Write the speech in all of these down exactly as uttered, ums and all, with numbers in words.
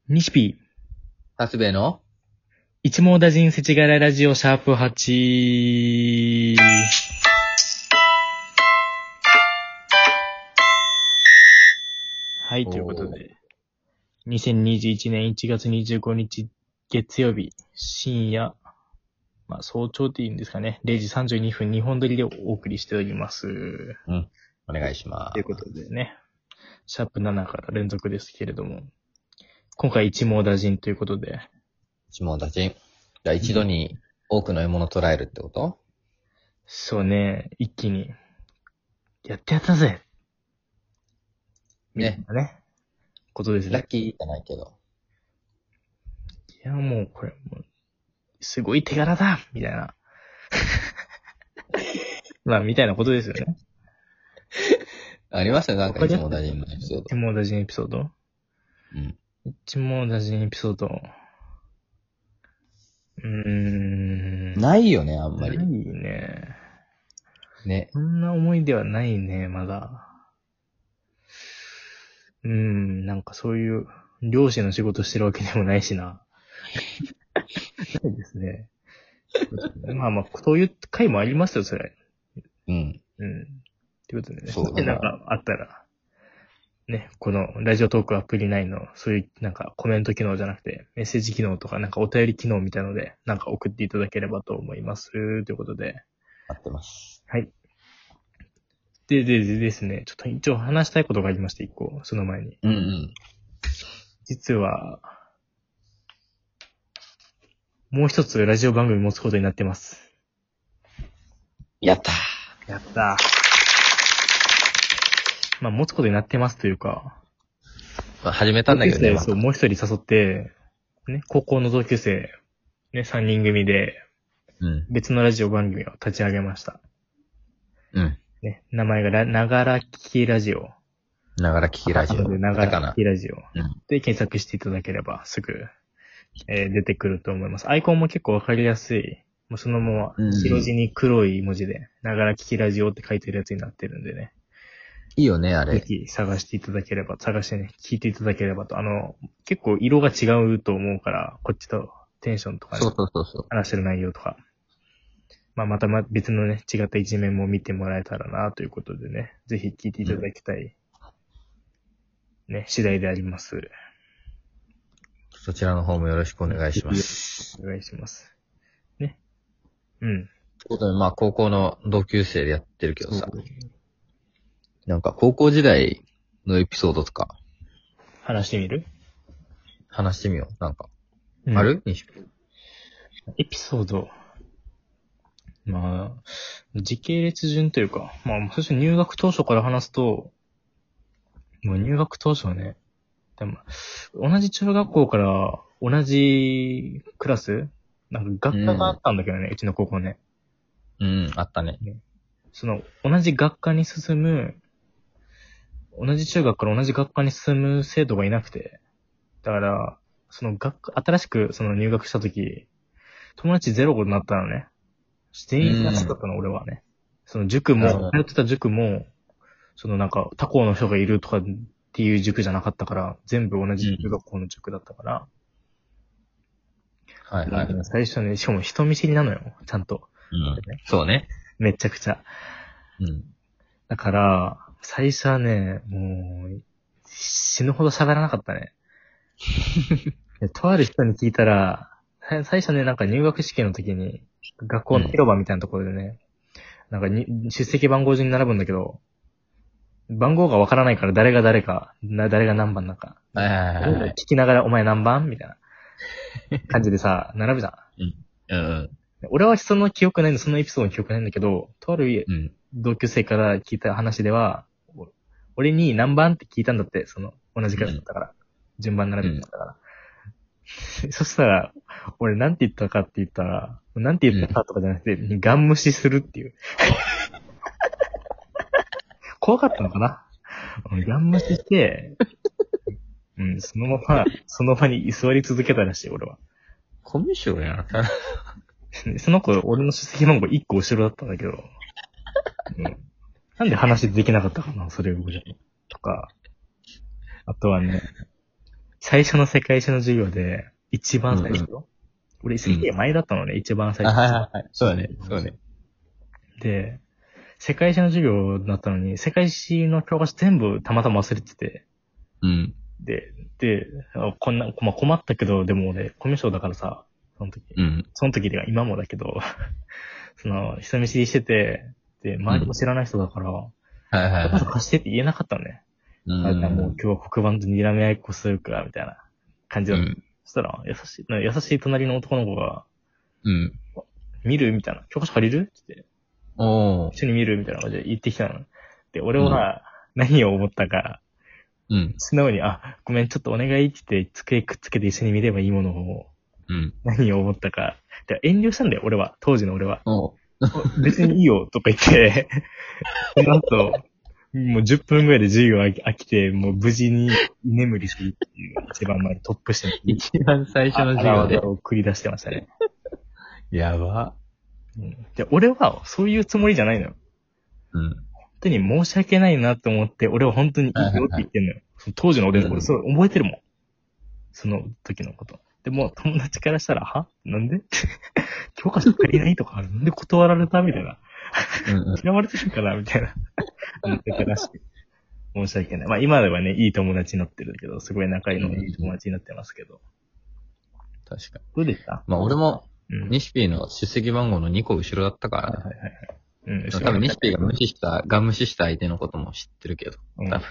西ピー。 タスベの一網打尽世知辛いラジオシャープはち。はい、ということで、にせんにじゅういちねんいちがつにじゅうごにち月曜日深夜、まあ早朝っていうんですかね、れいじさんじゅうにふん日本撮りでお送りしております。 うん。お願いします。 ということでね、シャープななから連続ですけれども、今回一網打尽ということで。 一網打尽。じゃあ一度に多くの獲物を捕らえるってこと、 そうね、一気に、やってやったぜみたいなね、ことですね。 ラッキーじゃないけど。 いや、もうこれ、もうすごい手柄だみたいな。まあ、みたいなことですよね。 ありましたよ、なんか一網打尽のエピソード。 一網打尽エピソードうん。 一網打尽エピソード。うーん。 ないよね、あんまり。 ないね。 ね。 そんな思い出はないね、まだ。うーん、なんかそういう、漁師の仕事してるわけでもないしな。ないですね。まあまあ、そういう回もありますよ、それ。 うん。 うん。ということでね。 そうで、なんかあったら、ね、このラジオトークアプリ内の、そういうなんかコメント機能じゃなくて、メッセージ機能とかなんかお便り機能みたいので、なんか送っていただければと思います。ということで。 待ってます。 はい。で、で、でですね、ちょっと一応話したいことがありまして、一個、その前に。 うんうん。 実は、もう一つラジオ番組持つことになってます。 やったー。やったー。まあ、持つことになってますというか、 まあ、始めたんだけどね、まそう、もう一人誘って、ね、高校の同級生、ね、三人組で、 うん。 別のラジオ番組を立ち上げました。 うん。 ね、名前がながら聞きラジオ。 ながら聞きラジオ。 ながら聞きラジオ。 うん。 で、検索していただければすぐ、えー出てくると思います。アイコンも結構わかりやすい。もうそのまま、白地に黒い文字で、ながら聞きラジオって書いてるやつになってるんでね。 いいよね、あれ。 ぜひ探していただければ、探してね、聞いていただければと。あの、結構色が違うと思うから、こっちとテンションとかね、 そうそうそうそう。 話してる内容とか。まあ、またま別のね、違った一面も見てもらえたらなということでね、ぜひ聞いていただきたい、ね、次第であります。 そちらの方もよろしくお願いします。 お願いします。ね。うん。 ということで、まあ、高校の同級生でやってるけどさ。なんか、高校時代のエピソードとか、 話してみる？ 話してみよう。なんか、 うんある？西エピソード。まあ、時系列順というか、まあ、そして入学当初から話すと、もう入学当初はね、でも、同じ中学校から同じクラスなんか学科があったんだけどね、うちの高校ね。 うん、あったね。 その、同じ学科に進む、同じ中学から同じ学科に進む生徒がいなくて、だから、その学科、新しくその入学した時、友達ゼロになったのね。全員なかったの、俺はね。その塾も、通ってた塾も、そのなんか他校の人がいるとかっていう塾じゃなかったから、全部同じ中学校の塾だったから。 はいはい。 最初ね、しかも人見知りなのよ、ちゃんと。 うん。そうね。 めちゃくちゃ。 うん。 だから、最初はね、もう、死ぬほど喋らなかったね。でとある人に聞いたら、さ最初ね、なんか入学式の時に、学校の広場みたいなところでね、なんかに出席番号順に並ぶんだけど、番号がわからないから誰が誰か、な誰が何番なんか。 はいはいはいはい。 聞きながらお前何番みたいな感じでさ、並ぶじゃん。 うん。うん俺はその記憶ないんだ、そのエピソードの記憶ないんだけど、とあるうん。 同級生から聞いた話では、俺に何番って聞いたんだって、その、同じクラスだったから。順番並べてたから。そしたら、俺なんて言ったかって言ったら、なんて言ったかとかじゃなくて、ガン無視するっていう。怖かったのかな？ガン無視して、うん、そのまま、その場に居座り続けたらしい、俺は。 コミュ障やな。 その子、俺の出席番号いっこ後ろだったんだけど、うん、なんで話できなかったかな、それをじゃとか、あとはね、 最初の世界史の授業で、一番最初、 うん俺、すげえ前だったのね、一番最初。 はいはいはい。そうだね。そうだね。 で、世界史の授業だったのに、世界史の教科書全部たまたま忘れてて、 うん。 で、で、あこんな、まあ、困ったけど、でも俺、コミュ障だからさ、その時。 うん。 その時では今もだけど、その、人見知りしてて、で、周りも知らない人だから、 はいはい教科書は貸してって言えなかったのね。 い。うあれだ、もうん。 今日は黒板と睨み合いっこするか、みたいな感じだった。 うん。 そしたら、優しい、な優しい隣の男の子が、 うん。 見るみたいな。教科書借りるって言って、 おー。 一緒に見るみたいな感じで言ってきたの。で、俺は何を思ったか、 うん。 素直に、あ、ごめん、ちょっとお願いって言って、机くっつけて一緒に見ればいいものを、 うん。 何を思ったか。で、遠慮したんだよ、俺は。当時の俺は。 おー。 別にいいよ、とか言って、その後、もうじゅっぷんぐらいで授業飽き飽きて、もう無事に居眠りするっていう一番前トップして一番最初の授業で。 を繰り出してましたね。 やば。 うんで、俺はそういうつもりじゃないのよ。 うん。 本当に申し訳ないなと思って、俺は本当にいいよって言ってんのよ。その当時の俺、 うん俺それ覚えてるもん。その時のこと。でも、友達からしたら、はなんで教科書借りないとか、なんで断られたみたいな。 うんうん。 嫌われてるかなみたいな。思ってたらしく。申し訳ない。まあ今ではね、いい友達になってるけど、すごい仲いいのいい友達になってますけど。 確かに。 どうでした？ まあ俺も、 うん。 ニシピーの出席番号のにこ後ろだったからね。 はいはいはいはい。うん、 多分ニシピーが無視した、が無視した相手のことも知ってるけど。 うん多分。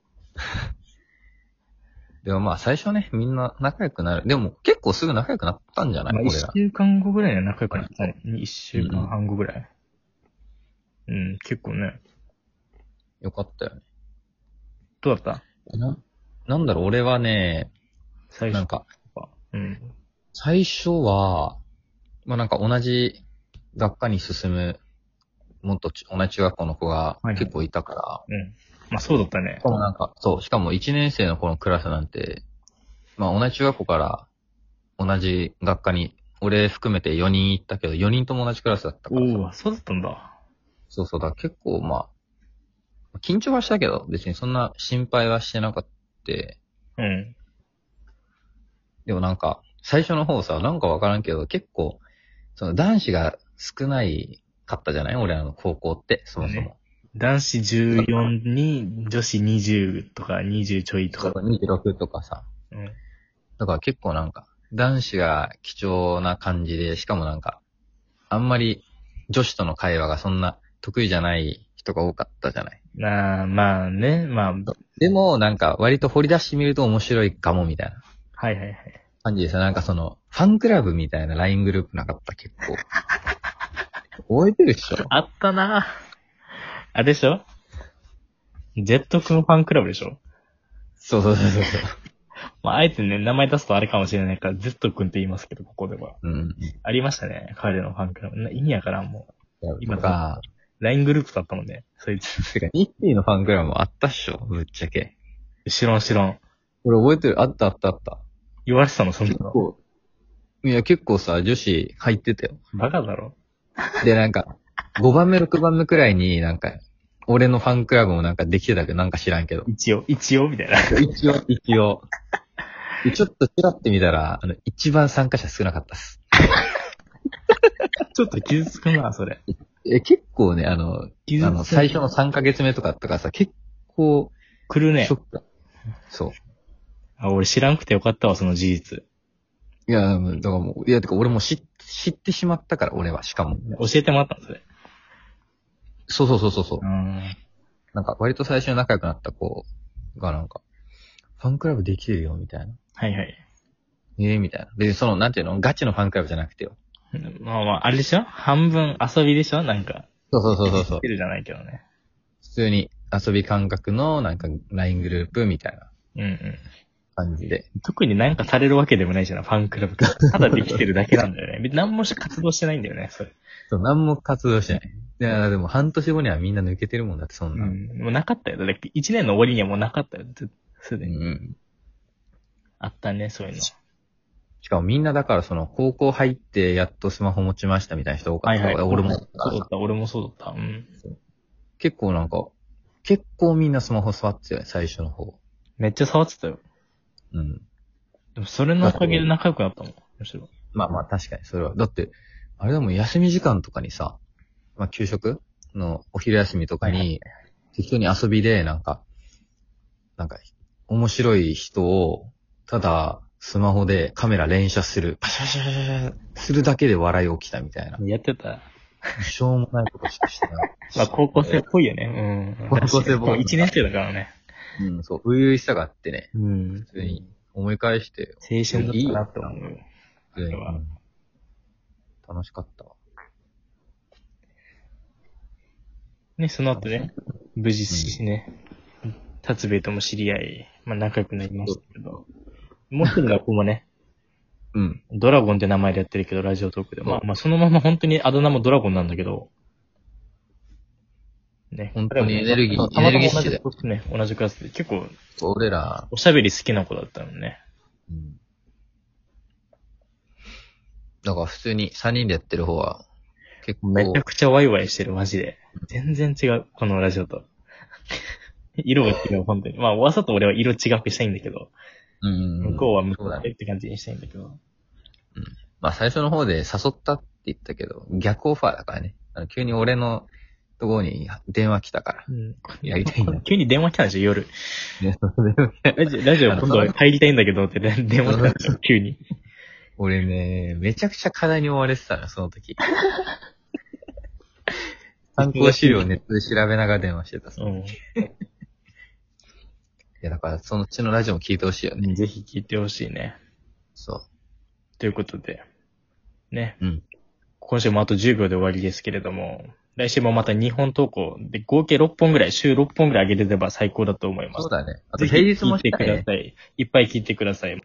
でもまあ最初ね、みんな仲良くなる。でも結構すぐ仲良くなったんじゃない、 まあ一俺ら。 週間後ぐらいには仲良くなったね。一週間半後ぐらい。うん、結構ね。 よかったよね。 どうだったな、なんだろう、俺はね、 最初なんか、 うん。 最初は、まあなんか同じ学科に進む、もっとち同じ中学校の子がはい結構いたから、 うん。まあそうだったねし。かもなんか、そう、しかもいちねん生の子のクラスなんて、まあ同じ中学校から同じ学科に、俺含めてよにん行ったけど、よにんとも同じクラスだったからさ。 おお、そうだったんだ。 そうそうだ、結構まあ、緊張はしたけど、別にそんな心配はしてなかった。 うん。 でもなんか、最初の方さ、なんかわからんけど、結構、その男子が少ないかったじゃない俺らの高校って、そもそも。 ね男子じゅうよんに女子にじゅうとかにじゅうちょいとか。 にじゅうろくとかさ。 うん。 だから結構なんか、男子が貴重な感じで、しかもなんか、あんまり女子との会話がそんな得意じゃない人が多かったじゃない。 なあ、まあね、まあ、 でもなんか割と掘り出してみると面白いかもみたいなはいはいはい。 感じでさ、なんかその、ファンクラブみたいな ライン グループなかった結構。覚えてるっしょあったなあれでしょジェット君ファンクラブでしょそうそうそうそう。 まあ、あえてね、名前出すとあれかもしれないから、Z 君って言いますけど、ここでは。 うん。 ありましたね、彼のファンクラブ。な意味やからん、もう。今とか、 ライン グループだったもんね、そいつ。 てか、ニッティのファンクラブもあったっしょぶっちゃけ。 知らん知らん。 俺覚えてる。あったあったあった。 言われてたの、そんなの。 結構、いや、結構さ、女子入ってたよ。 バカだろ。 で、なんか、ごばんめ、ろくばんめくらいになんか、俺のファンクラブもなんかできてたけど、なんか知らんけど。 一応、一応、みたいな。 一応、一応。でちょっとちらって見たら、あの、一番参加者少なかったっす。 ちょっと傷つくな、それ。 え、結構ね、あの、 傷つく。 あの、最初のさんかげつめとかだったからさ、結構、 来るねショ。ックだ。そう。 あ、俺知らんくてよかったわ、その事実。 いや、だからもう、いや、てか俺も知知ってしまったから、俺は、しかも。 教えてもらったんそれ。 そうそうそうそうそうう。ん。 なんか、割と最初に仲良くなった子がなんか、ファンクラブできてるよ、みたいな。 はいはい。 ええみたいな。で、その、なんていうのガチのファンクラブじゃなくてよ。 まあまあ、あれでしょ半分遊びでしょなんか。 そうそうそうそうそう知って。るじゃないけどね。 普通に遊び感覚の、なんか、ライン グループみたいなうんうん。 感じで。 特になんかされるわけでもないじゃん、ファンクラブが。ただできてるだけなんだよね。別に何もし活動してないんだよね、それ。 そう、何も活動してない。いや、でも半年後にはみんな抜けてるもんだって、そんな。 うん。もうなかったよ。だって一年の終わりにはもうなかったよ。ずすでに。 うん。 あったね、そういうの。 しかもみんなだからその、高校入ってやっとスマホ持ちましたみたいな人多かったから、俺も。 そうだった、俺もそうだった。うん。 結構なんか、結構みんなスマホ触ってたよね、最初の方。 めっちゃ触ってたよ。 うん。 でもそれのおかげで仲良くなったもん、むしろ。 まあまあ確かにそれは。だって、あれでも休み時間とかにさ、まあ給食のお昼休みとかはいはに、適当に遊びで、なんか、なんか、面白い人を、ただ、スマホでカメラ連写する、パシャパシャパシャパシャするだけで笑い起きたみたいな。 やってた。 しょうもないことしかしてない。 まあ高校生っぽいよね。うん。 高校生っぽいいちねん生だからね。 うん、そう、初々しさがあってね、 うん。 普通に思い返して、 青春だったなって思う。 普通にあれはうん楽しかったわ。 ね、その後ね、無事しね、達兵衛とも知り合い、まあ仲良くなりましたけど、もう一人の子もね、 うん。 ドラゴンって名前でやってるけど、ラジオトークで。 そうまあまあそのまま本当にあだ名もドラゴンなんだけど、ね。 本当にエネルギーたまたまエネルギッシュで同じね、同じクラスで結構俺ら、 おしゃべり好きな子だったのね。 うん。だから普通にさんにんでやってる方は、結構、 めちゃくちゃワイワイしてる、マジで。全然違う、このラジオと。色が違う、本当に。まあ、わざと俺は色違くしたいんだけど、 うんうんうん、 向こうは向こそうだね。 うでって感じにしたいんだけど。 まあ最初の方で誘ったって言ったけど、逆オファーだからね。あの急に俺のところに電話来たから。 うん。 やりたいんだ急に電話来たんでしょ、夜。 ね、それをラジオ、ラジオ今度入りたいんだけどって電話来たんでしょ、急に。 俺ね、めちゃくちゃ課題に追われてたの、その時。参考資料をネットで調べながら電話してた。いうん。 や、だからそのうちのラジオも聞いてほしいよね。 ぜひ聞いてほしいね。 そということで、ね。 う。うん。 今週もあとじゅうびょうで終わりですけれども、来週もまたにほん投稿で合計ろっぽんぐらい、週ろっぽんぐらい上げれれば最高だと思います。 そうだね。あとぜひ平日も聞いてください。いっぱい聞いてください。